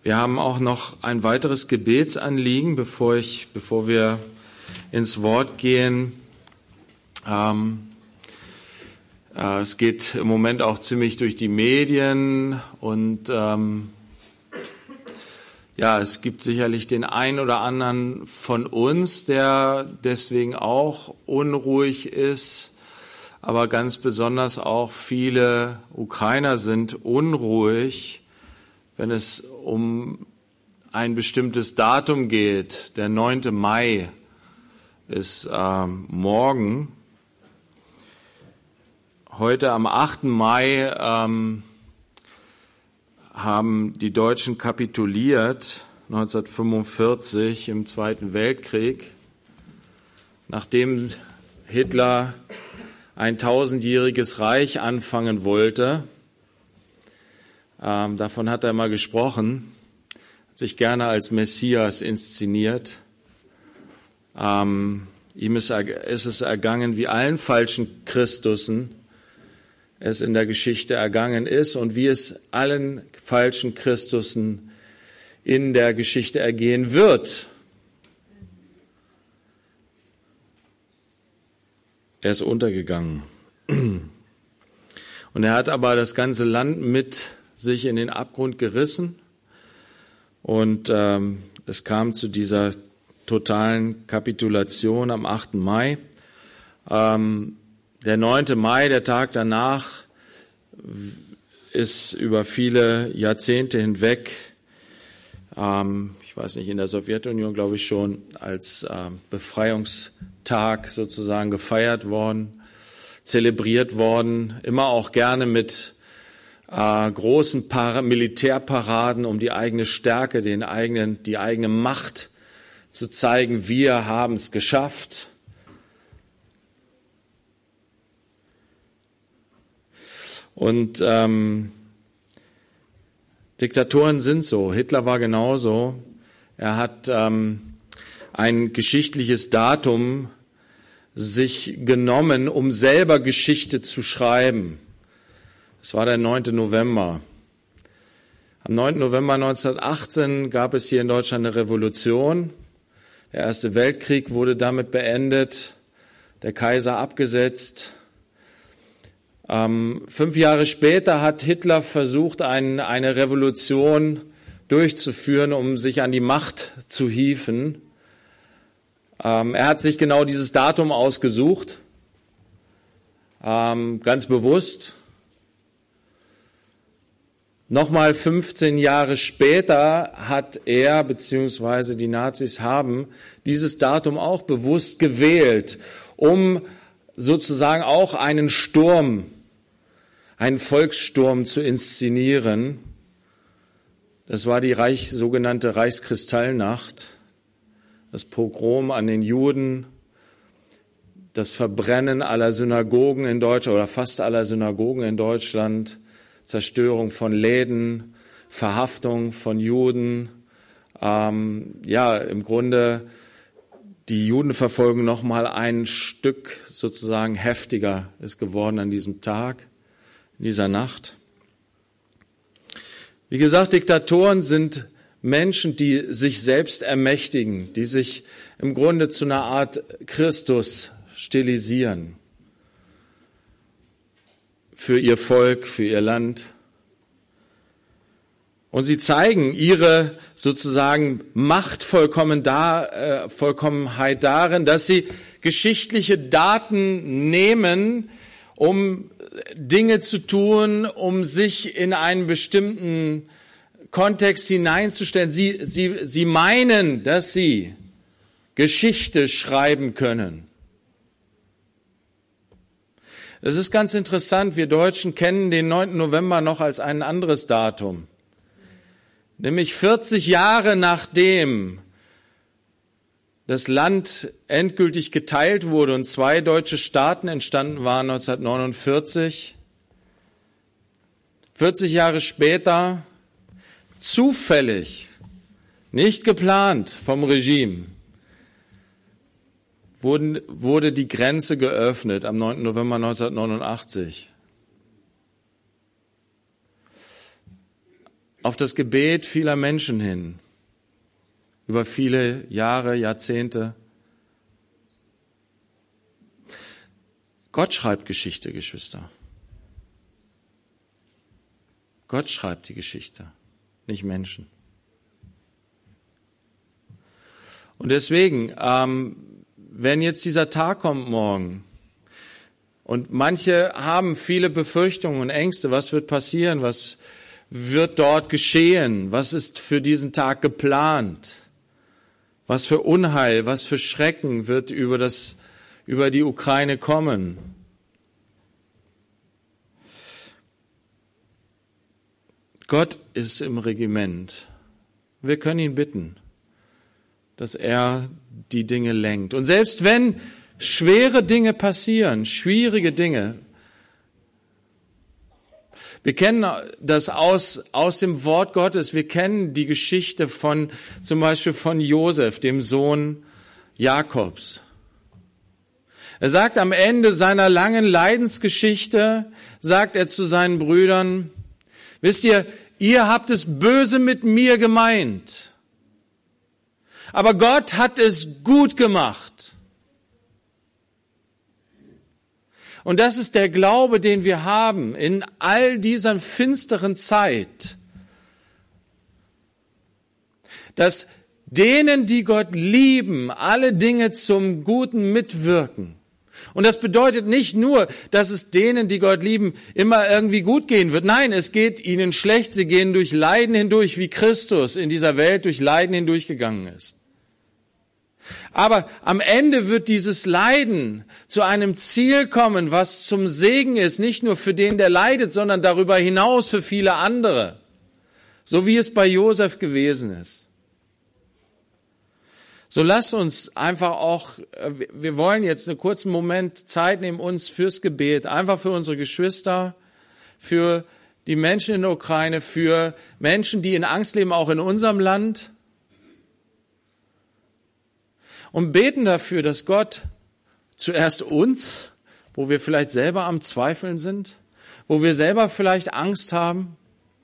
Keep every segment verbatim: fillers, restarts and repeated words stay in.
Wir haben auch noch ein weiteres Gebetsanliegen, bevor ich, bevor wir ins Wort gehen. Ähm, äh, es geht im Moment auch ziemlich durch die Medien und ähm, ja, es gibt sicherlich den einen oder anderen von uns, der deswegen auch unruhig ist, aber ganz besonders auch viele Ukrainer sind unruhig, wenn es um ein bestimmtes Datum geht. Der neunte Mai ist ähm, morgen. Heute am achten Mai ähm, haben die Deutschen kapituliert, neunzehnhundertfünfundvierzig im Zweiten Weltkrieg, nachdem Hitler ein tausendjähriges Reich anfangen wollte. Ähm, davon hat er mal gesprochen, hat sich gerne als Messias inszeniert. Ähm, ihm ist, ist es ergangen, wie allen falschen Christussen es in der Geschichte ergangen ist und wie es allen falschen Christussen in der Geschichte ergehen wird. Er ist untergegangen. Und er hat aber das ganze Land mit sich in den Abgrund gerissen und ähm, es kam zu dieser totalen Kapitulation am achten Mai. Ähm, der neunte Mai, der Tag danach, ist über viele Jahrzehnte hinweg, ähm, ich weiß nicht, in der Sowjetunion glaube ich schon, als ähm, Befreiungstag sozusagen gefeiert worden, zelebriert worden, immer auch gerne mit Äh, großen Para- Militärparaden, um die eigene Stärke, den eigenen, die eigene Macht zu zeigen. Wir haben es geschafft. Und ähm, Diktatoren sind so. Hitler war genauso. Er hat ähm, ein geschichtliches Datum sich genommen, um selber Geschichte zu schreiben. Es war der neunte November. Am neunten November neunzehnhundertachtzehn gab es hier in Deutschland eine Revolution. Der Erste Weltkrieg wurde damit beendet, der Kaiser abgesetzt. Ähm, fünf Jahre später hat Hitler versucht, ein, eine Revolution durchzuführen, um sich an die Macht zu hieven. Ähm, er hat sich genau dieses Datum ausgesucht, ähm, ganz bewusst. Nochmal fünfzehn Jahre später hat er, beziehungsweise die Nazis haben, dieses Datum auch bewusst gewählt, um sozusagen auch einen Sturm, einen Volkssturm zu inszenieren. Das war die Reich, sogenannte Reichskristallnacht, das Pogrom an den Juden, das Verbrennen aller Synagogen in Deutschland oder fast aller Synagogen in Deutschland, Zerstörung von Läden, Verhaftung von Juden, ähm, ja, im Grunde die Judenverfolgung noch mal ein Stück sozusagen heftiger ist geworden an diesem Tag, in dieser Nacht. Wie gesagt, Diktatoren sind Menschen, die sich selbst ermächtigen, die sich im Grunde zu einer Art Christus stilisieren. Für ihr Volk, für ihr Land. Und sie zeigen ihre sozusagen Machtvollkommen da, äh, Vollkommenheit darin, dass sie geschichtliche Daten nehmen, um Dinge zu tun, um sich in einen bestimmten Kontext hineinzustellen. Sie, sie, sie meinen, dass sie Geschichte schreiben können. Es ist ganz interessant, wir Deutschen kennen den neunten November noch als ein anderes Datum. Nämlich vierzig Jahre nachdem das Land endgültig geteilt wurde und zwei deutsche Staaten entstanden waren neunzehnhundertneunundvierzig. vierzig Jahre später, zufällig, nicht geplant vom Regime, wurden, wurde die Grenze geöffnet am neunten November neunzehnhundertneunundachtzig. auf das Gebet vieler Menschen hin, über viele Jahre, Jahrzehnte. Gott schreibt Geschichte, Geschwister. Gott schreibt die Geschichte, nicht Menschen. Und deswegen, ähm, wenn jetzt dieser Tag kommt morgen und manche haben viele Befürchtungen und Ängste, was wird passieren, was wird dort geschehen, was ist für diesen Tag geplant, was für Unheil, was für Schrecken wird über das über die Ukraine kommen. Gott ist im Regiment. Wir können ihn bitten, dass er die Dinge lenkt. Und selbst wenn schwere Dinge passieren, schwierige Dinge, wir kennen das aus, aus dem Wort Gottes, wir kennen die Geschichte von, zum Beispiel von Josef, dem Sohn Jakobs. Er sagt am Ende seiner langen Leidensgeschichte, sagt er zu seinen Brüdern, wisst ihr, ihr habt es böse mit mir gemeint, aber Gott hat es gut gemacht. Und das ist der Glaube, den wir haben in all dieser finsteren Zeit, dass denen, die Gott lieben, alle Dinge zum Guten mitwirken. Und das bedeutet nicht nur, dass es denen, die Gott lieben, immer irgendwie gut gehen wird. Nein, es geht ihnen schlecht. Sie gehen durch Leiden hindurch, wie Christus in dieser Welt durch Leiden hindurchgegangen ist. Aber am Ende wird dieses Leiden zu einem Ziel kommen, was zum Segen ist, nicht nur für den, der leidet, sondern darüber hinaus für viele andere. So wie es bei Josef gewesen ist. So lass uns einfach auch, wir wollen jetzt einen kurzen Moment Zeit nehmen uns fürs Gebet, einfach für unsere Geschwister, für die Menschen in der Ukraine, für Menschen, die in Angst leben, auch in unserem Land. Und beten dafür, dass Gott zuerst uns, wo wir vielleicht selber am Zweifeln sind, wo wir selber vielleicht Angst haben,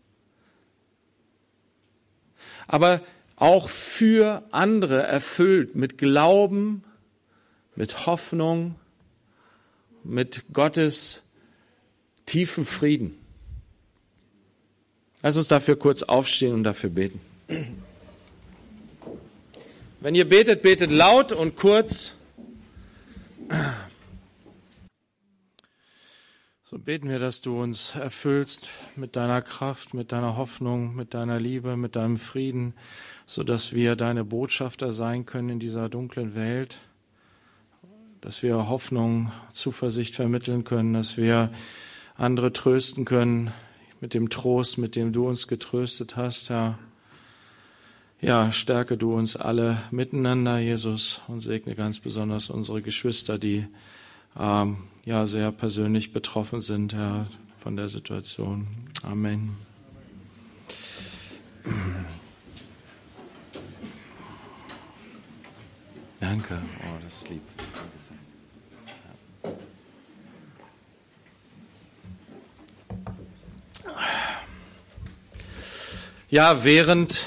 aber auch für andere erfüllt mit Glauben, mit Hoffnung, mit Gottes tiefen Frieden. Lass uns dafür kurz aufstehen und dafür beten. Wenn ihr betet, betet laut und kurz. So beten wir, dass du uns erfüllst mit deiner Kraft, mit deiner Hoffnung, mit deiner Liebe, mit deinem Frieden, sodass wir deine Botschafter sein können in dieser dunklen Welt, dass wir Hoffnung, Zuversicht vermitteln können, dass wir andere trösten können mit dem Trost, mit dem du uns getröstet hast, Herr. Ja, stärke du uns alle miteinander, Jesus, und segne ganz besonders unsere Geschwister, die ähm, ja sehr persönlich betroffen sind, Herr, von der Situation. Amen. Danke. Oh, das ist lieb. Ja, während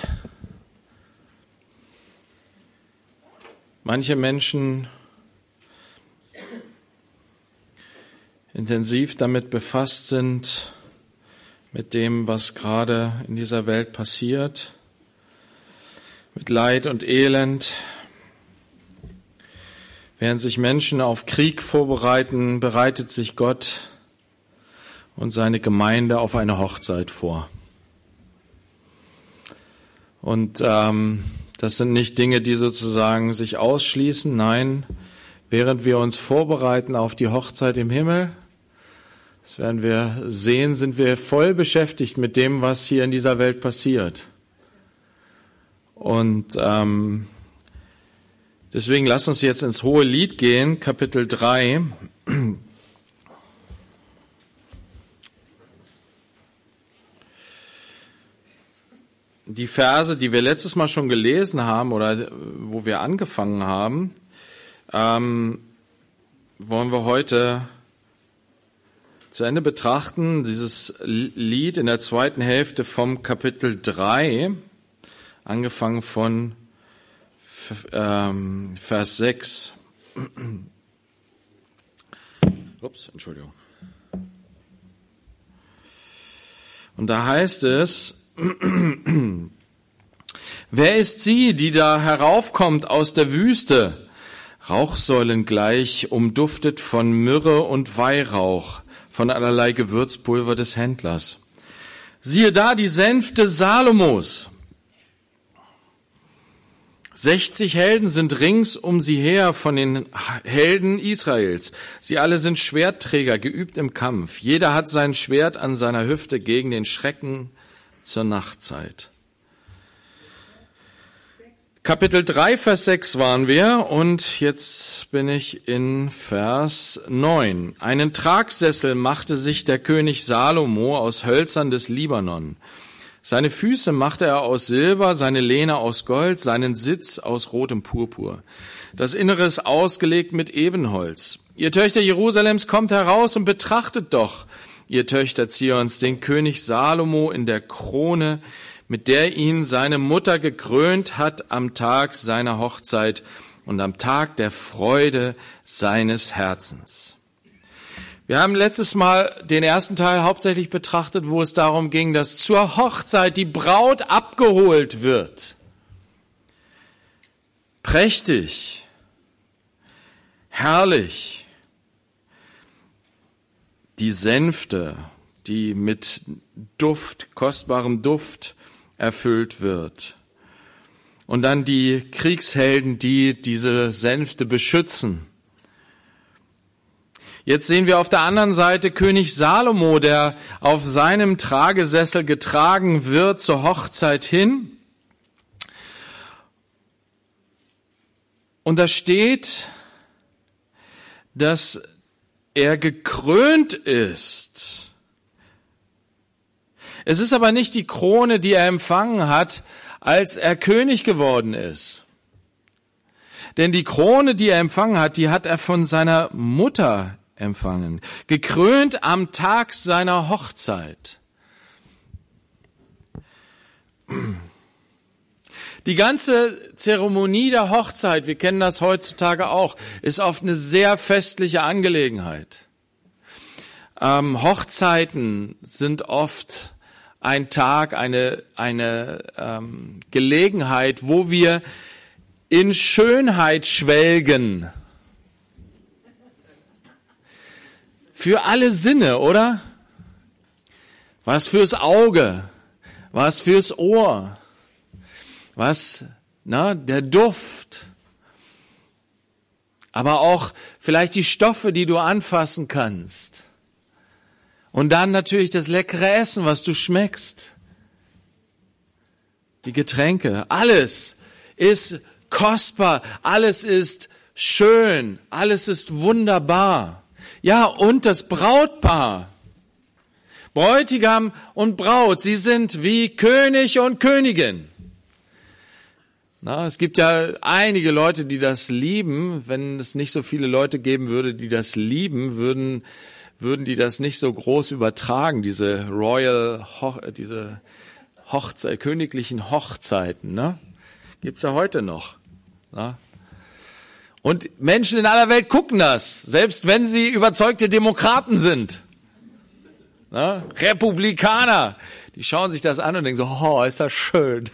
manche Menschen intensiv damit befasst sind, mit dem, was gerade in dieser Welt passiert, mit Leid und Elend, während sich Menschen auf Krieg vorbereiten, bereitet sich Gott und seine Gemeinde auf eine Hochzeit vor. Und ähm, das sind nicht Dinge, die sozusagen sich ausschließen. Nein, während wir uns vorbereiten auf die Hochzeit im Himmel, das werden wir sehen, sind wir voll beschäftigt mit dem, was hier in dieser Welt passiert. Und ähm, deswegen lasst uns jetzt ins Hohe Lied gehen, Kapitel drei. Die Verse, die wir letztes Mal schon gelesen haben oder wo wir angefangen haben, ähm, wollen wir heute zu Ende betrachten, dieses Lied in der zweiten Hälfte vom Kapitel drei, angefangen von ähm, Vers sechs. Ups, Entschuldigung. Und da heißt es, wer ist sie, die da heraufkommt aus der Wüste, Rauchsäulen gleich, umduftet von Myrrhe und Weihrauch, von allerlei Gewürzpulver des Händlers. Siehe da die Sänfte Salomos. sechzig Helden sind rings um sie her von den Helden Israels. Sie alle sind Schwertträger, geübt im Kampf. Jeder hat sein Schwert an seiner Hüfte gegen den Schrecken zur Nachtzeit. Kapitel drei, Vers sechs waren wir und jetzt bin ich in Vers neun. Einen Tragsessel machte sich der König Salomo aus Hölzern des Libanon. Seine Füße machte er aus Silber, seine Lehne aus Gold, seinen Sitz aus rotem Purpur. Das Innere ist ausgelegt mit Ebenholz. Ihr Töchter Jerusalems, kommt heraus und betrachtet doch, ihr Töchter Zions, den König Salomo in der Krone, mit der ihn seine Mutter gekrönt hat am Tag seiner Hochzeit und am Tag der Freude seines Herzens. Wir haben letztes Mal den ersten Teil hauptsächlich betrachtet, wo es darum ging, dass zur Hochzeit die Braut abgeholt wird. Prächtig, herrlich. Die Sänfte, die mit Duft, kostbarem Duft erfüllt wird. Und dann die Kriegshelden, die diese Sänfte beschützen. Jetzt sehen wir auf der anderen Seite König Salomo, der auf seinem Tragesessel getragen wird zur Hochzeit hin. Und da steht, dass er gekrönt ist. Es ist aber nicht die Krone, die er empfangen hat, als er König geworden ist. Denn die Krone, die er empfangen hat, die hat er von seiner Mutter empfangen. Gekrönt am Tag seiner Hochzeit. Die ganze Zeremonie der Hochzeit, wir kennen das heutzutage auch, ist oft eine sehr festliche Angelegenheit. Ähm, Hochzeiten sind oft ein Tag, eine, eine ähm, Gelegenheit, wo wir in Schönheit schwelgen. Für alle Sinne, oder? Was fürs Auge, was fürs Ohr, was, na, der Duft. Aber auch vielleicht die Stoffe, die du anfassen kannst. Und dann natürlich das leckere Essen, was du schmeckst. Die Getränke, alles ist kostbar, alles ist schön, alles ist wunderbar. Ja, und das Brautpaar. Bräutigam und Braut, sie sind wie König und Königin. Na, es gibt ja einige Leute, die das lieben. Wenn es nicht so viele Leute geben würde, die das lieben, würden würden die das nicht so groß übertragen, diese Royal, Hoch, diese Hochzeit, königlichen Hochzeiten, ne? Gibt's ja heute noch. Ne? Und Menschen in aller Welt gucken das, selbst wenn sie überzeugte Demokraten sind. Ne? Republikaner, die schauen sich das an und denken so, oh, ist das schön.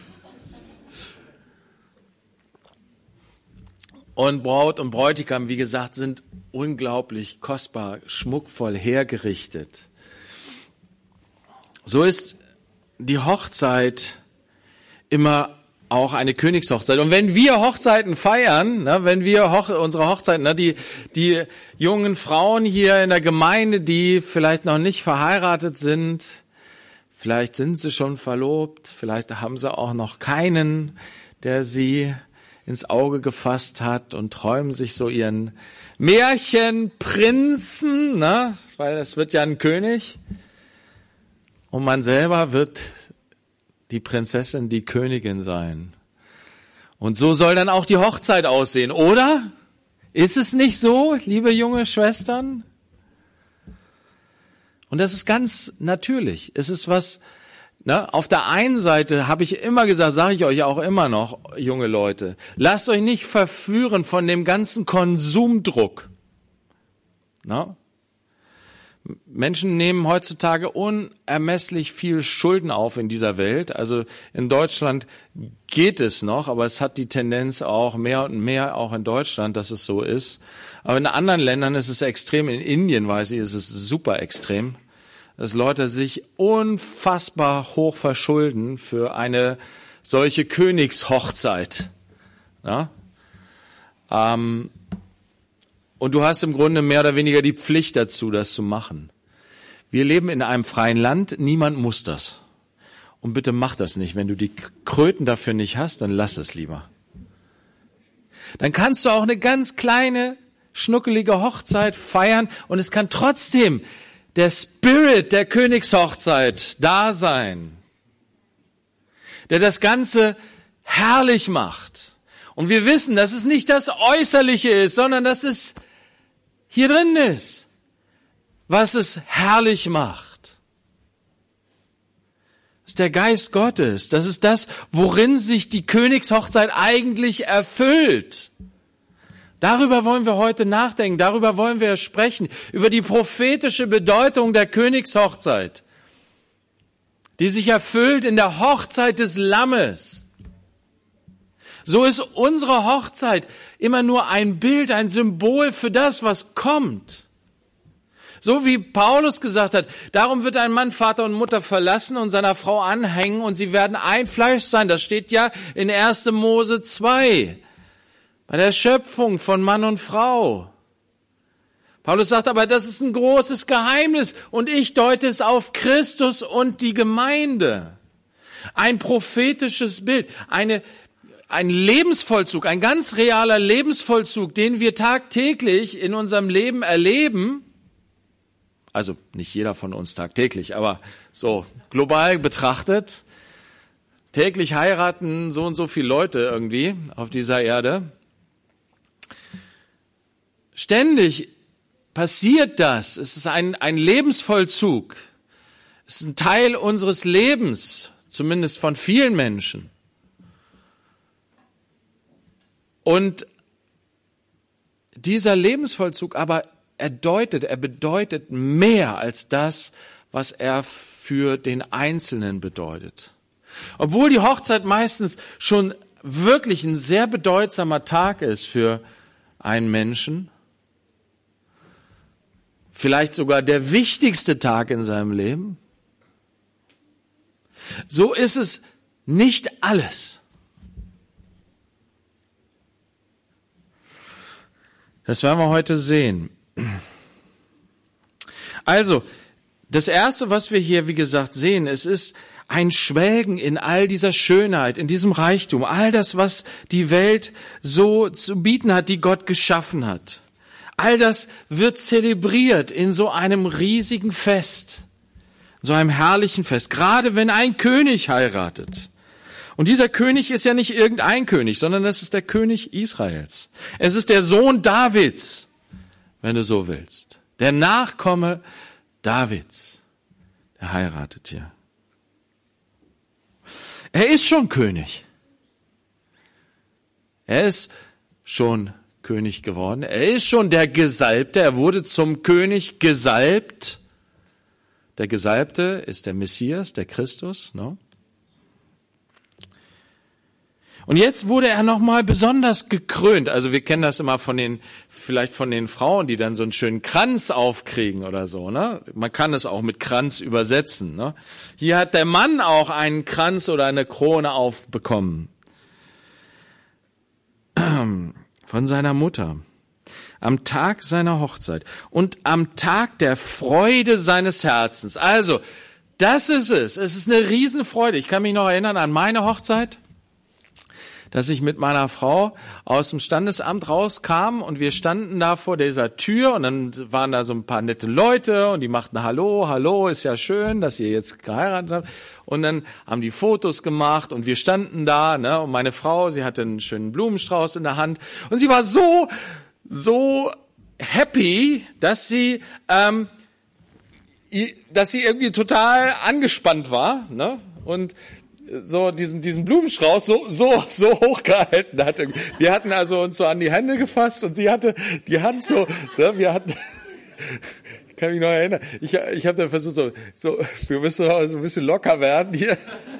Und Braut und Bräutigam, wie gesagt, sind unglaublich kostbar, schmuckvoll hergerichtet. So ist die Hochzeit immer auch eine Königshochzeit. Und wenn wir Hochzeiten feiern, ne, wenn wir Hoch, unsere Hochzeiten, ne, die, die jungen Frauen hier in der Gemeinde, die vielleicht noch nicht verheiratet sind, vielleicht sind sie schon verlobt, vielleicht haben sie auch noch keinen, der sie ins Auge gefasst hat und träumen sich so ihren Märchenprinzen, ne? Weil es wird ja ein König. Und man selber wird die Prinzessin, die Königin sein. Und so soll dann auch die Hochzeit aussehen, oder? Ist es nicht so, liebe junge Schwestern? Und das ist ganz natürlich. Es ist was, ne, auf der einen Seite habe ich immer gesagt, sage ich euch auch immer noch, junge Leute, lasst euch nicht verführen von dem ganzen Konsumdruck. Ne? Menschen nehmen heutzutage unermesslich viel Schulden auf in dieser Welt. Also in Deutschland geht es noch, aber es hat die Tendenz auch mehr und mehr auch in Deutschland, dass es so ist. Aber in anderen Ländern ist es extrem. In Indien, weiß ich, ist es super extrem, dass Leute sich unfassbar hoch verschulden für eine solche Königshochzeit. Ja? Ähm, Und du hast im Grunde mehr oder weniger die Pflicht dazu, das zu machen. Wir leben in einem freien Land, niemand muss das. Und bitte mach das nicht. Wenn du die Kröten dafür nicht hast, dann lass es lieber. Dann kannst du auch eine ganz kleine, schnuckelige Hochzeit feiern und es kann trotzdem der Spirit der Königshochzeit da sein, der das Ganze herrlich macht. Und wir wissen, dass es nicht das Äußerliche ist, sondern dass es hier drin ist, was es herrlich macht. Das ist der Geist Gottes. Das ist das, worin sich die Königshochzeit eigentlich erfüllt. Darüber wollen wir heute nachdenken, darüber wollen wir sprechen, über die prophetische Bedeutung der Königshochzeit, die sich erfüllt in der Hochzeit des Lammes. So ist unsere Hochzeit immer nur ein Bild, ein Symbol für das, was kommt. So wie Paulus gesagt hat, darum wird ein Mann Vater und Mutter verlassen und seiner Frau anhängen und sie werden ein Fleisch sein. Das steht ja in erster Mose zwei, bei der Schöpfung von Mann und Frau. Paulus sagt aber, das ist ein großes Geheimnis und ich deute es auf Christus und die Gemeinde. Ein prophetisches Bild, eine Ein Lebensvollzug, ein ganz realer Lebensvollzug, den wir tagtäglich in unserem Leben erleben. Also nicht jeder von uns tagtäglich, aber so global betrachtet. Täglich heiraten so und so viele Leute irgendwie auf dieser Erde. Ständig passiert das. Es ist ein, ein Lebensvollzug. Es ist ein Teil unseres Lebens, zumindest von vielen Menschen. Und dieser Lebensvollzug aber, er deutet, er bedeutet mehr als das, was er für den Einzelnen bedeutet. Obwohl die Hochzeit meistens schon wirklich ein sehr bedeutsamer Tag ist für einen Menschen, vielleicht sogar der wichtigste Tag in seinem Leben, so ist es nicht alles. Das werden wir heute sehen. Also, das Erste, was wir hier, wie gesagt, sehen, es ist ein Schwelgen in all dieser Schönheit, in diesem Reichtum, all das, was die Welt so zu bieten hat, die Gott geschaffen hat. All das wird zelebriert in so einem riesigen Fest, so einem herrlichen Fest, gerade wenn ein König heiratet. Und dieser König ist ja nicht irgendein König, sondern das ist der König Israels. Es ist der Sohn Davids, wenn du so willst. Der Nachkomme Davids, der heiratet hier. Er ist schon König. Er ist schon König geworden. Er ist schon der Gesalbte. Er wurde zum König gesalbt. Der Gesalbte ist der Messias, der Christus, ne? Und jetzt wurde er nochmal besonders gekrönt. Also wir kennen das immer von den, vielleicht von den Frauen, die dann so einen schönen Kranz aufkriegen oder so, ne? Man kann es auch mit Kranz übersetzen, ne? Hier hat der Mann auch einen Kranz oder eine Krone aufbekommen. Von seiner Mutter. Am Tag seiner Hochzeit. Und am Tag der Freude seines Herzens. Also, das ist es. Es ist eine Riesenfreude. Ich kann mich noch erinnern an meine Hochzeit, dass ich mit meiner Frau aus dem Standesamt rauskam und wir standen da vor dieser Tür und dann waren da so ein paar nette Leute und die machten Hallo, hallo, ist ja schön, dass ihr jetzt geheiratet habt. Und dann haben die Fotos gemacht und wir standen da, ne, und meine Frau, sie hatte einen schönen Blumenstrauß in der Hand und sie war so, so happy, dass sie ähm, dass sie irgendwie total angespannt war, ne? Und so diesen diesen Blumenstrauß so so so hochgehalten hat. Wir hatten also uns so an die Hände gefasst und sie hatte die Hand so, ne? Wir hatten, ich kann mich noch erinnern, ich ich habe dann versucht so so wir müssen so ein bisschen locker werden hier.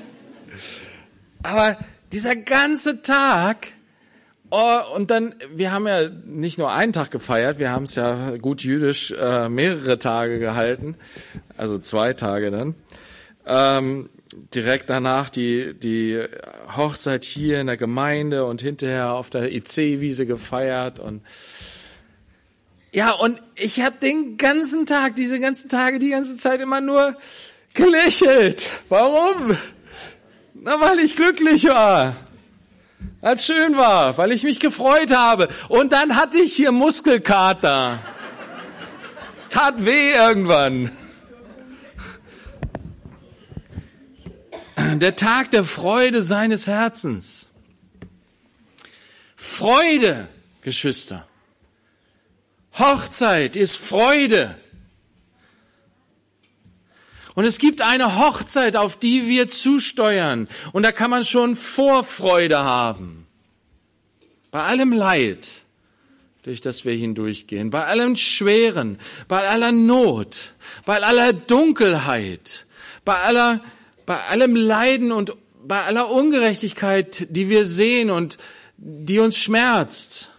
Aber dieser ganze Tag, oh, und dann, wir haben ja nicht nur einen Tag gefeiert, wir haben es ja gut jüdisch äh, mehrere Tage gehalten, also zwei Tage dann. Ähm, direkt danach die die Hochzeit hier in der Gemeinde und hinterher auf der I C-Wiese gefeiert und ja, und ich habe den ganzen Tag, diese ganzen Tage, die ganze Zeit immer nur gelächelt. Warum? Na, weil ich glücklich war. Weil es schön war, weil ich mich gefreut habe. Und dann hatte ich hier Muskelkater. Es tat weh irgendwann. Der Tag der Freude seines Herzens. Freude, Geschwister. Hochzeit ist Freude. Und es gibt eine Hochzeit, auf die wir zusteuern. Und da kann man schon Vorfreude haben. Bei allem Leid, durch das wir hindurchgehen, bei allem Schweren, bei aller Not, bei aller Dunkelheit, bei aller, bei allem Leiden und bei aller Ungerechtigkeit, die wir sehen und die uns schmerzt.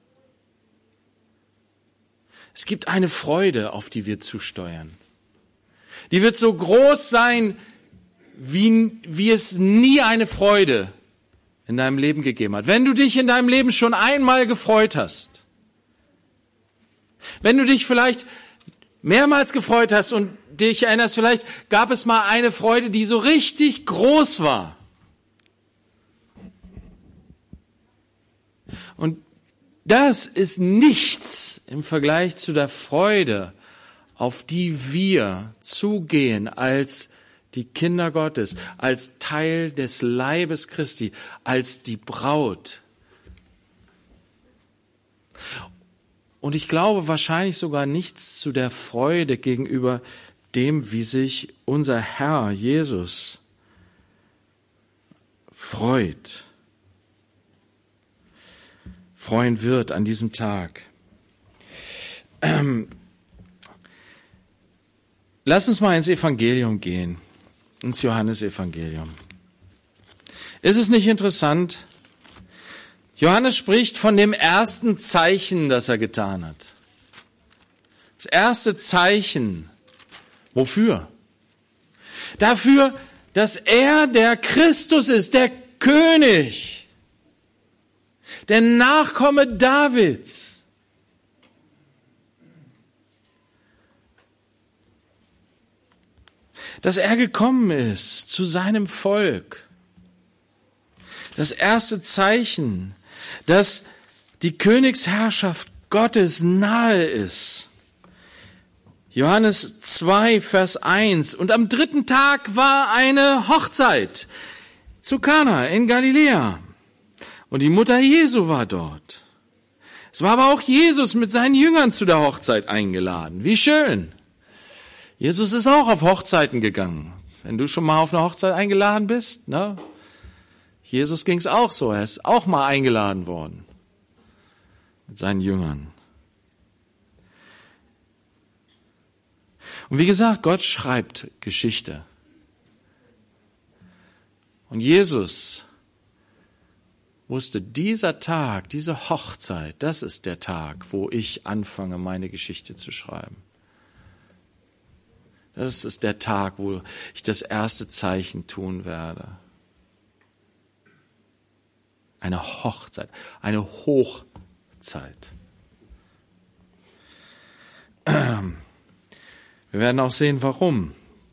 Es gibt eine Freude, auf die wir zusteuern. Die wird so groß sein, wie, wie es nie eine Freude in deinem Leben gegeben hat. Wenn du dich in deinem Leben schon einmal gefreut hast, wenn du dich vielleicht mehrmals gefreut hast und dich erinnerst, vielleicht gab es mal eine Freude, die so richtig groß war. Und das ist nichts im Vergleich zu der Freude, auf die wir zugehen als die Kinder Gottes, als Teil des Leibes Christi, als die Braut. Und ich glaube wahrscheinlich sogar nichts zu der Freude gegenüber dem, wie sich unser Herr Jesus freut, freuen wird an diesem Tag. Ähm, Lass uns mal ins Evangelium gehen, ins Johannesevangelium. Ist es nicht interessant? Johannes spricht von dem ersten Zeichen, das er getan hat. Das erste Zeichen. Wofür? Dafür, dass er der Christus ist, der König, der Nachkomme Davids. Dass er gekommen ist zu seinem Volk. Das erste Zeichen, dass die Königsherrschaft Gottes nahe ist. Johannes zwei, Vers eins. Und am dritten Tag war eine Hochzeit zu Kana in Galiläa. Und die Mutter Jesu war dort. Es war aber auch Jesus mit seinen Jüngern zu der Hochzeit eingeladen. Wie schön. Jesus ist auch auf Hochzeiten gegangen. Wenn du schon mal auf eine Hochzeit eingeladen bist, ne? Jesus ging es auch so. Er ist auch mal eingeladen worden mit seinen Jüngern. Und wie gesagt, Gott schreibt Geschichte. Und Jesus wusste, dieser Tag, diese Hochzeit, das ist der Tag, wo ich anfange, meine Geschichte zu schreiben. Das ist der Tag, wo ich das erste Zeichen tun werde. Eine Hochzeit, eine Hochzeit. Wir werden auch sehen, warum.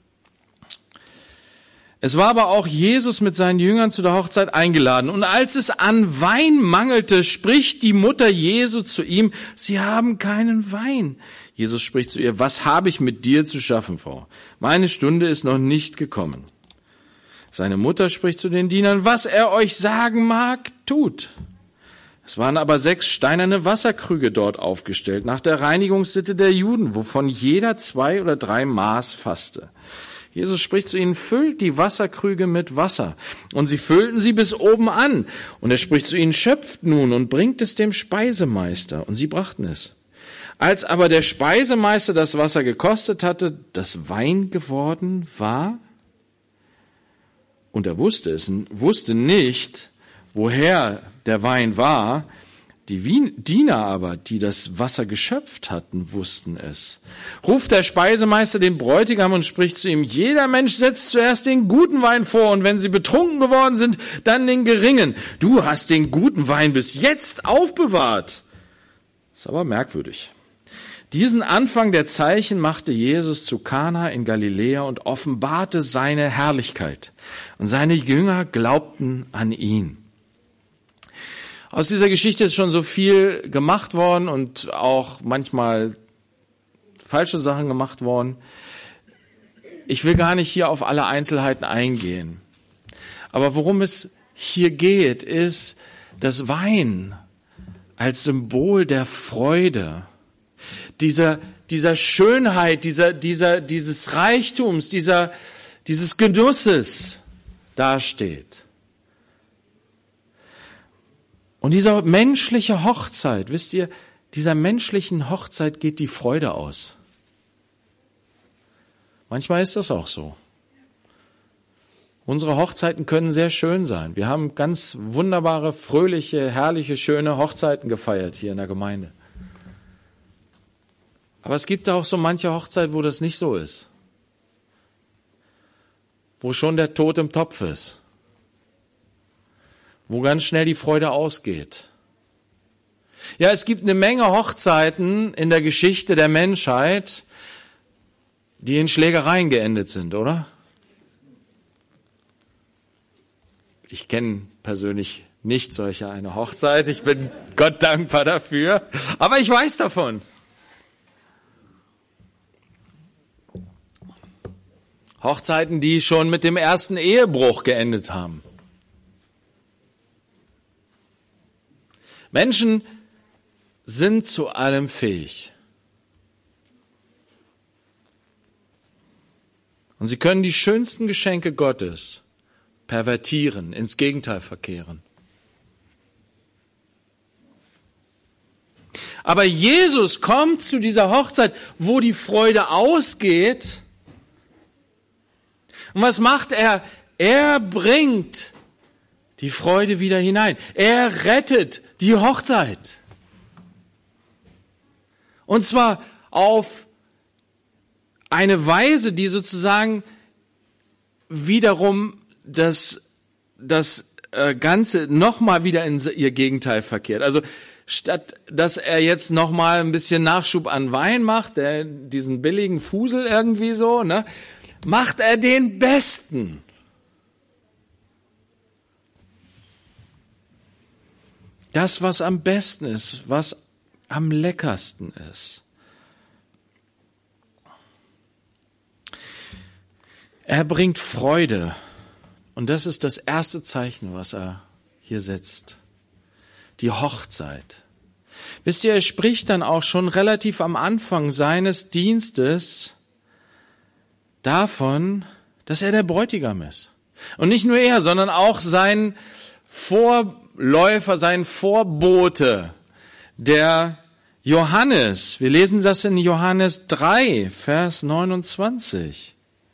Es war aber auch Jesus mit seinen Jüngern zu der Hochzeit eingeladen. Und als es an Wein mangelte, spricht die Mutter Jesu zu ihm, sie haben keinen Wein. Jesus spricht zu ihr, was habe ich mit dir zu schaffen, Frau? Meine Stunde ist noch nicht gekommen. Seine Mutter spricht zu den Dienern, was er euch sagen mag, tut. Es waren aber sechs steinerne Wasserkrüge dort aufgestellt, nach der Reinigungssitte der Juden, wovon jeder zwei oder drei Maß fasste. Jesus spricht zu ihnen, füllt die Wasserkrüge mit Wasser. Und sie füllten sie bis oben an. Und er spricht zu ihnen, schöpft nun und bringt es dem Speisemeister. Und sie brachten es. Als aber der Speisemeister das Wasser gekostet hatte, das Wein geworden war, und er wusste es, wusste nicht, woher der Wein war. Die Diener aber, die das Wasser geschöpft hatten, wussten es. Ruft der Speisemeister den Bräutigam und spricht zu ihm, jeder Mensch setzt zuerst den guten Wein vor und wenn sie betrunken geworden sind, dann den geringen. Du hast den guten Wein bis jetzt aufbewahrt. Ist aber merkwürdig. Diesen Anfang der Zeichen machte Jesus zu Kana in Galiläa und offenbarte seine Herrlichkeit. Und seine Jünger glaubten an ihn. Aus dieser Geschichte ist schon so viel gemacht worden und auch manchmal falsche Sachen gemacht worden. Ich will gar nicht hier auf alle Einzelheiten eingehen. Aber worum es hier geht, ist das Wein als Symbol der Freude, dieser, dieser Schönheit, dieser, dieser, dieses Reichtums, dieser, dieses Genusses dasteht. Und dieser menschliche Hochzeit, wisst ihr, dieser menschlichen Hochzeit geht die Freude aus. Manchmal ist das auch so. Unsere Hochzeiten können sehr schön sein. Wir haben ganz wunderbare, fröhliche, herrliche, schöne Hochzeiten gefeiert hier in der Gemeinde. Aber es gibt auch so manche Hochzeit, wo das nicht so ist. Wo schon der Tod im Topf ist. Wo ganz schnell die Freude ausgeht. Ja, es gibt eine Menge Hochzeiten in der Geschichte der Menschheit, die in Schlägereien geendet sind, oder? Ich kenne persönlich nicht solche eine Hochzeit. Ich bin Gott dankbar dafür. Aber ich weiß davon. Hochzeiten, die schon mit dem ersten Ehebruch geendet haben. Menschen sind zu allem fähig. Und sie können die schönsten Geschenke Gottes pervertieren, ins Gegenteil verkehren. Aber Jesus kommt zu dieser Hochzeit, wo die Freude ausgeht. Und was macht er? Er bringt die Freude wieder hinein. Er rettet die Hochzeit. Und zwar auf eine Weise, die sozusagen wiederum das, das Ganze nochmal wieder in ihr Gegenteil verkehrt. Also statt dass er jetzt nochmal ein bisschen Nachschub an Wein macht, der, diesen billigen Fusel irgendwie so, ne, macht er den besten. Das, was am besten ist, was am leckersten ist. Er bringt Freude. Und das ist das erste Zeichen, was er hier setzt. Die Hochzeit. Wisst ihr, er spricht dann auch schon relativ am Anfang seines Dienstes davon, dass er der Bräutigam ist. Und nicht nur er, sondern auch sein Vorläufer, sein Vorbote, der Johannes. Wir lesen das in Johannes drei, Vers neunundzwanzig.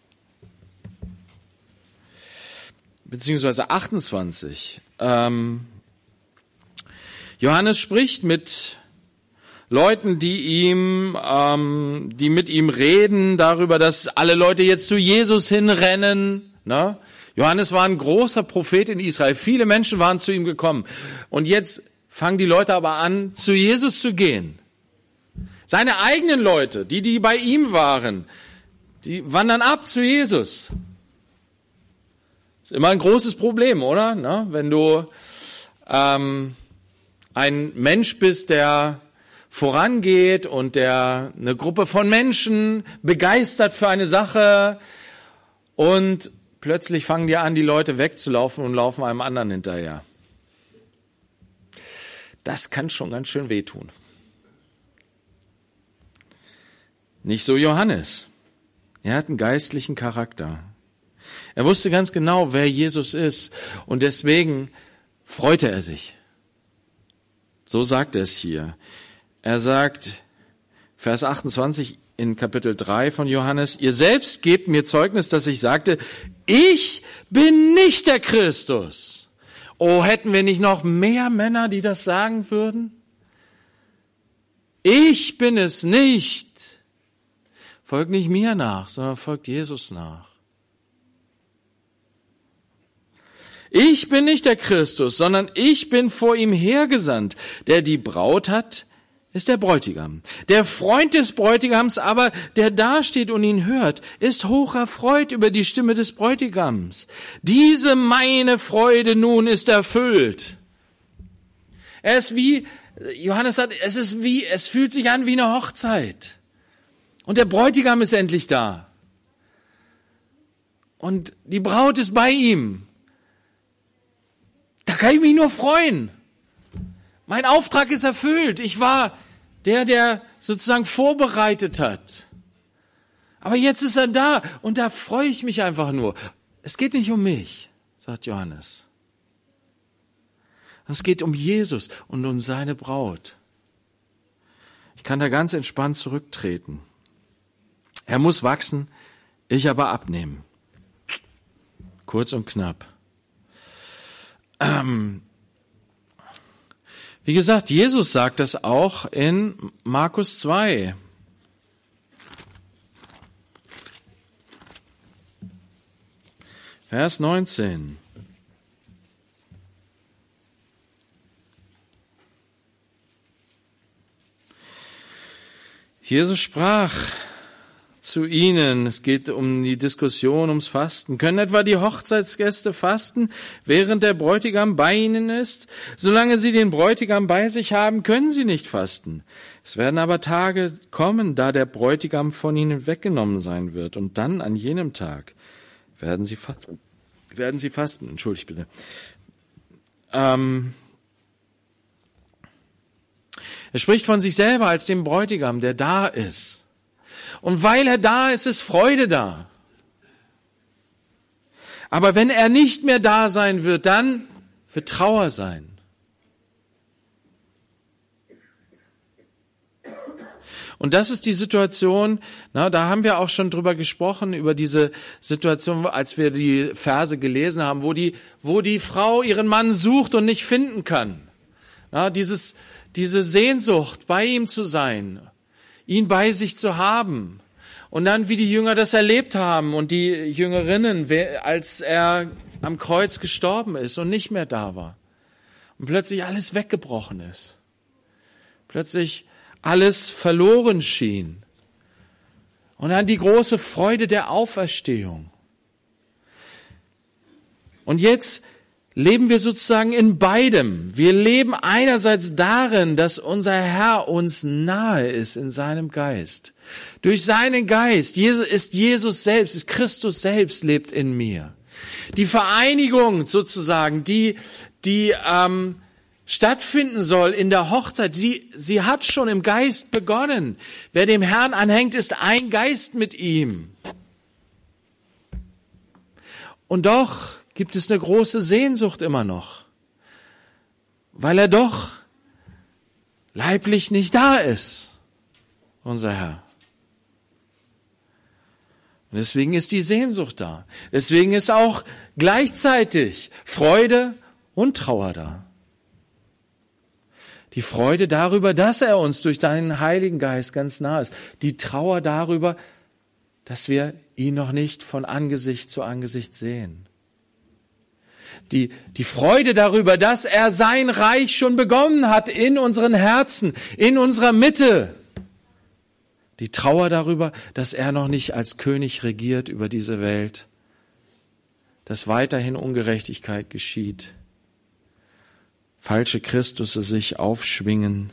Beziehungsweise achtundzwanzig. Ähm, Johannes spricht mit Leuten, die ihm, ähm, die mit ihm reden darüber, dass alle Leute jetzt zu Jesus hinrennen. Ne? Johannes war ein großer Prophet in Israel. Viele Menschen waren zu ihm gekommen. Und jetzt fangen die Leute aber an, zu Jesus zu gehen. Seine eigenen Leute, die, die bei ihm waren, die wandern ab zu Jesus. Ist immer ein großes Problem, oder? Ne? Wenn du ähm, ein Mensch bist, der vorangeht und der eine Gruppe von Menschen begeistert für eine Sache und plötzlich fangen dir an, die Leute wegzulaufen und laufen einem anderen hinterher. das kann schon ganz schön wehtun. Nicht so Johannes. Er hat einen geistlichen Charakter. Er wusste ganz genau, wer Jesus ist, und deswegen freute er sich. So sagt er es hier. Er sagt, Vers achtundzwanzig in Kapitel drei von Johannes, ihr selbst gebt mir Zeugnis, dass ich sagte, ich bin nicht der Christus. Oh, hätten wir nicht noch mehr Männer, die das sagen würden? Ich bin es nicht. Folgt nicht mir nach, sondern folgt Jesus nach. Ich bin nicht der Christus, sondern ich bin vor ihm hergesandt. Der die Braut hat, ist der Bräutigam. Der Freund des Bräutigams aber, der dasteht und ihn hört, ist hocherfreut über die Stimme des Bräutigams. Diese meine Freude nun ist erfüllt. Er ist wie, Johannes sagt, es ist wie, es fühlt sich an wie eine Hochzeit. Und der Bräutigam ist endlich da. Und die Braut ist bei ihm. Da kann ich mich nur freuen. Mein Auftrag ist erfüllt. Ich war der, der sozusagen vorbereitet hat. Aber jetzt ist er da und da freue ich mich einfach nur. Es geht nicht um mich, sagt Johannes. Es geht um Jesus und um seine Braut. Ich kann da ganz entspannt zurücktreten. Er muss wachsen, ich aber abnehmen. Kurz und knapp. Ähm, wie gesagt, Jesus sagt das auch in Markus zwei. Vers neunzehn. Jesus sprach zu ihnen, es geht um die Diskussion ums Fasten. Können etwa die Hochzeitsgäste fasten, während der Bräutigam bei ihnen ist? Solange sie den Bräutigam bei sich haben, können sie nicht fasten. Es werden aber Tage kommen, da der Bräutigam von ihnen weggenommen sein wird. Und dann an jenem Tag werden sie, fa- werden sie fasten. Entschuldigt bitte. Ähm, er spricht von sich selber als dem Bräutigam, der da ist. Und weil er da ist, ist Freude da. Aber wenn er nicht mehr da sein wird, dann wird Trauer sein. Und das ist die Situation, na, da haben wir auch schon drüber gesprochen, über diese Situation, als wir die Verse gelesen haben, wo die, wo die Frau ihren Mann sucht und nicht finden kann. Na, dieses, diese Sehnsucht, bei ihm zu sein, ihn bei sich zu haben. Und dann, wie die Jünger das erlebt haben und die Jüngerinnen, als er am Kreuz gestorben ist und nicht mehr da war. Und plötzlich alles weggebrochen ist. Plötzlich alles verloren schien. Und dann die große Freude der Auferstehung. Und jetzt leben wir sozusagen in beidem. Wir leben einerseits darin, dass unser Herr uns nahe ist in seinem Geist. Durch seinen Geist ist Jesus selbst, ist Christus selbst lebt in mir. Die Vereinigung sozusagen, die, die ähm, stattfinden soll in der Hochzeit, sie, sie hat schon im Geist begonnen. Wer dem Herrn anhängt, ist ein Geist mit ihm. Und doch gibt es eine große Sehnsucht immer noch, weil er doch leiblich nicht da ist, unser Herr. Und deswegen ist die Sehnsucht da. Deswegen ist auch gleichzeitig Freude und Trauer da. Die Freude darüber, dass er uns durch deinen Heiligen Geist ganz nah ist. Die Trauer darüber, dass wir ihn noch nicht von Angesicht zu Angesicht sehen. Die, die Freude darüber, dass er sein Reich schon begonnen hat in unseren Herzen, in unserer Mitte. Die Trauer darüber, dass er noch nicht als König regiert über diese Welt, dass weiterhin Ungerechtigkeit geschieht, falsche Christusse sich aufschwingen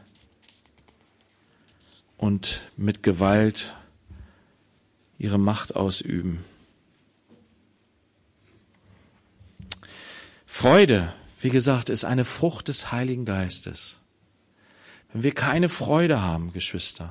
und mit Gewalt ihre Macht ausüben. Freude, wie gesagt, ist eine Frucht des Heiligen Geistes. wenn wir keine Freude haben, Geschwister.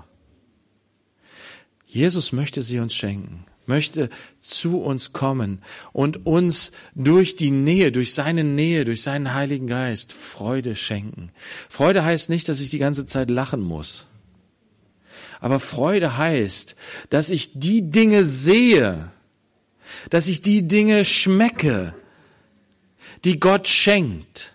Jesus möchte sie uns schenken, möchte zu uns kommen und uns durch die Nähe, durch seine Nähe, durch seinen Heiligen Geist Freude schenken. Freude heißt nicht, dass ich die ganze Zeit lachen muss. Aber Freude heißt, dass ich die Dinge sehe, dass ich die Dinge schmecke, die Gott schenkt.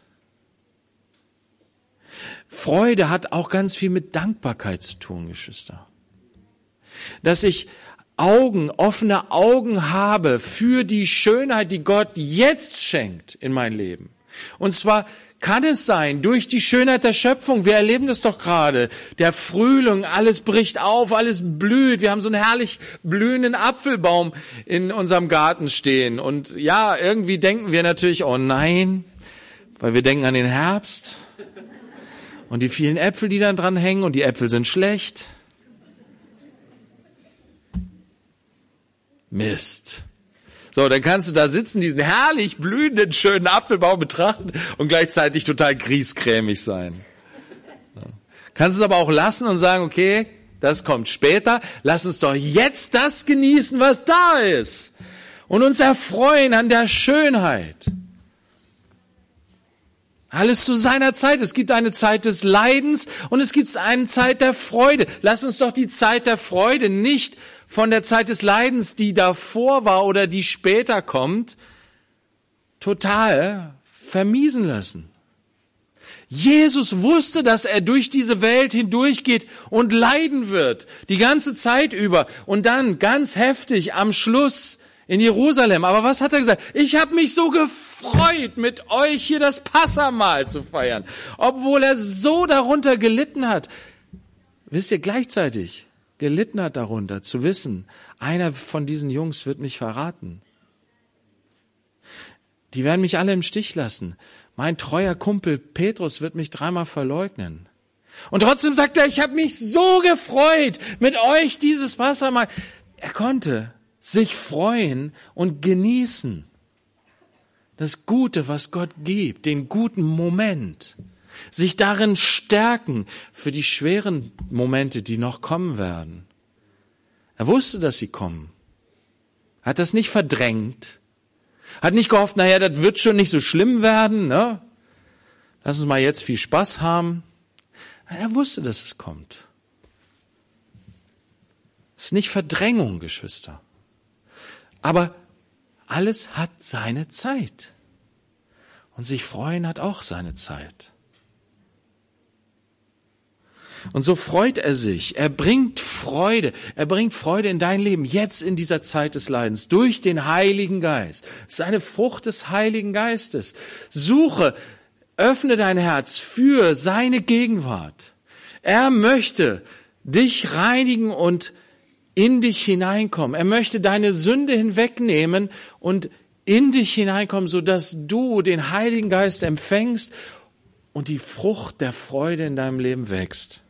Freude hat auch ganz viel mit Dankbarkeit zu tun, Geschwister. Dass ich Augen, offene Augen habe für die Schönheit, die Gott jetzt schenkt in mein Leben. Und zwar kann es sein, durch die Schönheit der Schöpfung. Wir erleben das doch gerade. Der Frühling, alles bricht auf, alles blüht. Wir haben so einen herrlich blühenden Apfelbaum in unserem Garten stehen. Und ja, irgendwie denken wir natürlich, oh nein, weil wir denken an den Herbst und die vielen Äpfel, die dann dran hängen, und die Äpfel sind schlecht. Mist. So, dann kannst du da sitzen, diesen herrlich blühenden, schönen Apfelbaum betrachten und gleichzeitig total griesgrämig sein. So. Kannst es aber auch lassen und sagen, okay, das kommt später. Lass uns doch jetzt das genießen, was da ist. Und uns erfreuen an der Schönheit. Alles zu seiner Zeit. Es gibt eine Zeit des Leidens und es gibt eine Zeit der Freude. Lass uns doch die Zeit der Freude nicht von der Zeit des Leidens, die davor war oder die später kommt, total vermiesen lassen. Jesus wusste, dass er durch diese Welt hindurchgeht und leiden wird, die ganze Zeit über und dann ganz heftig am Schluss in Jerusalem. Aber was hat er gesagt? Ich habe mich so gefreut, mit euch hier das Passahmahl zu feiern, obwohl er so darunter gelitten hat. Wisst ihr, gleichzeitig gelitten hat darunter, zu wissen, einer von diesen Jungs wird mich verraten. Die werden mich alle im Stich lassen. Mein treuer Kumpel Petrus wird mich dreimal verleugnen. Und trotzdem sagt er, ich habe mich so gefreut, mit euch dieses Passahmahl. Er konnte sich freuen und genießen. Das Gute, was Gott gibt, den guten Moment. Sich darin stärken für die schweren Momente, die noch kommen werden. Er wusste, dass sie kommen. Hat das nicht verdrängt. Hat nicht gehofft, naja, das wird schon nicht so schlimm werden. Ne? Lass uns mal jetzt viel Spaß haben. Er wusste, dass es kommt. Es ist nicht Verdrängung, Geschwister. Aber alles hat seine Zeit. Und sich freuen hat auch seine Zeit. Und so freut er sich. Er bringt Freude. Er bringt Freude in dein Leben, jetzt in dieser Zeit des Leidens, durch den Heiligen Geist. Es ist eine Frucht des Heiligen Geistes. Suche, öffne dein Herz für seine Gegenwart. Er möchte dich reinigen und in dich hineinkommen. Er möchte deine Sünde hinwegnehmen und in dich hineinkommen, sodass du den Heiligen Geist empfängst und die Frucht der Freude in deinem Leben wächst.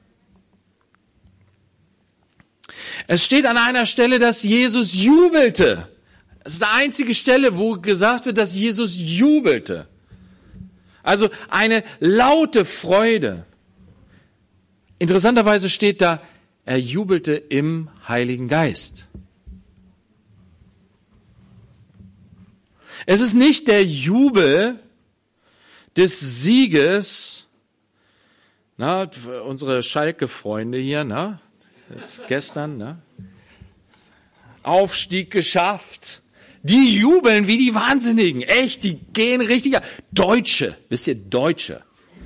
Es steht an einer Stelle, dass Jesus jubelte. Das ist die einzige Stelle, wo gesagt wird, dass Jesus jubelte. Also eine laute Freude. Interessanterweise steht da, er jubelte im Heiligen Geist. Es ist nicht der Jubel des Sieges, na, unsere Schalke-Freunde hier, na, jetzt gestern, na, Aufstieg geschafft. Die jubeln wie die Wahnsinnigen. Echt, die gehen richtig. Deutsche, wisst ihr, Deutsche.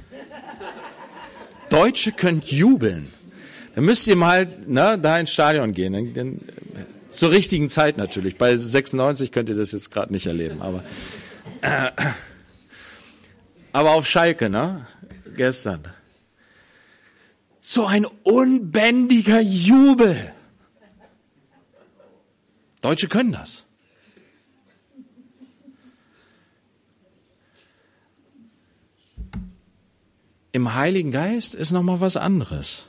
Deutsche können jubeln. Dann müsst ihr mal na, da ins Stadion gehen. Dann, dann, zur richtigen Zeit natürlich. Bei sechsundneunzig könnt ihr das jetzt gerade nicht erleben. Aber, äh, aber auf Schalke, ne? Gestern. So ein unbändiger Jubel. Deutsche können das. Im Heiligen Geist ist noch mal was anderes.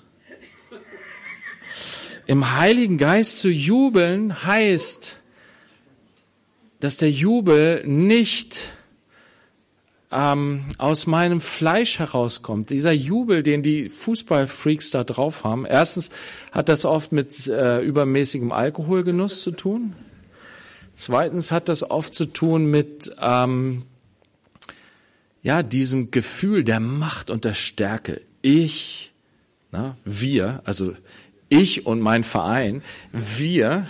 Im Heiligen Geist zu jubeln heißt, dass der Jubel nicht ähm, aus meinem Fleisch herauskommt, dieser Jubel, den die Fußballfreaks da drauf haben. Erstens hat das oft mit äh, übermäßigem Alkoholgenuss zu tun. Zweitens hat das oft zu tun mit ähm, ja diesem Gefühl der Macht und der Stärke. Ich, na, wir, also ich und mein Verein, wir,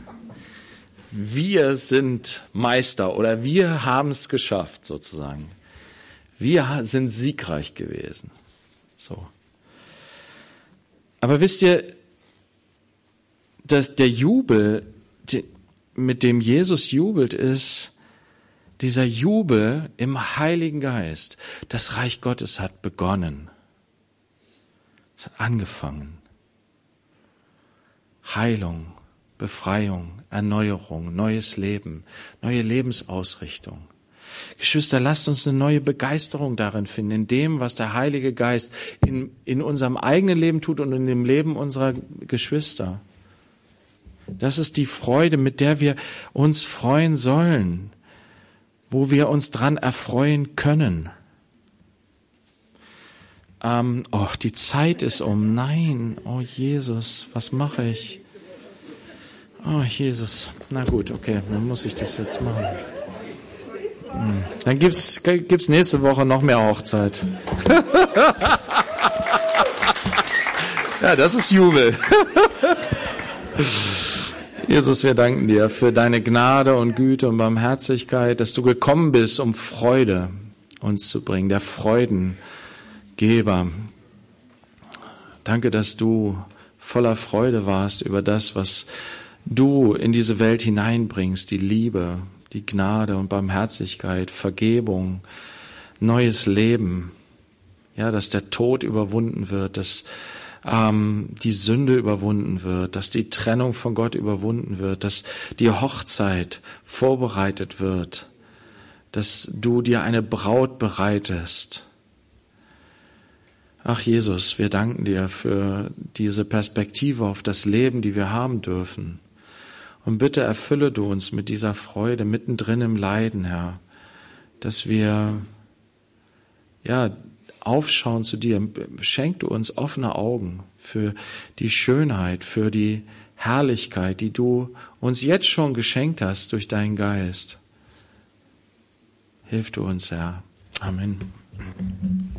wir sind Meister oder wir haben es geschafft sozusagen. Wir sind siegreich gewesen. So. Aber wisst ihr, dass der Jubel, mit dem Jesus jubelt, ist dieser Jubel im Heiligen Geist. Das Reich Gottes hat begonnen. Es hat angefangen. Heilung, Befreiung, Erneuerung, neues Leben, neue Lebensausrichtung. Geschwister, lasst uns eine neue Begeisterung darin finden, in dem, was der Heilige Geist in, in unserem eigenen Leben tut und in dem Leben unserer Geschwister. Das ist die Freude, mit der wir uns freuen sollen, wo wir uns dran erfreuen können. Ähm, oh, die Zeit ist um. Nein, oh Jesus, was mache ich? Oh Jesus, na gut, okay, dann muss ich das jetzt machen. Hm. Dann gibt's gibt's nächste Woche noch mehr Hochzeit. Ja, das ist Jubel. Jesus, wir danken dir für deine Gnade und Güte und Barmherzigkeit, dass du gekommen bist, um Freude uns zu bringen, der Freudengeber. Danke, dass du voller Freude warst über das, was du in diese Welt hineinbringst, die Liebe, die Gnade und Barmherzigkeit, Vergebung, neues Leben. Ja, dass der Tod überwunden wird, dass ähm, die Sünde überwunden wird, dass die Trennung von Gott überwunden wird, dass die Hochzeit vorbereitet wird, dass du dir eine Braut bereitest. Ach Jesus, wir danken dir für diese Perspektive auf das Leben, die wir haben dürfen. Und bitte erfülle du uns mit dieser Freude mittendrin im Leiden, Herr, dass wir ja aufschauen zu dir. Schenk du uns offene Augen für die Schönheit, für die Herrlichkeit, die du uns jetzt schon geschenkt hast durch deinen Geist. Hilf du uns, Herr. Amen.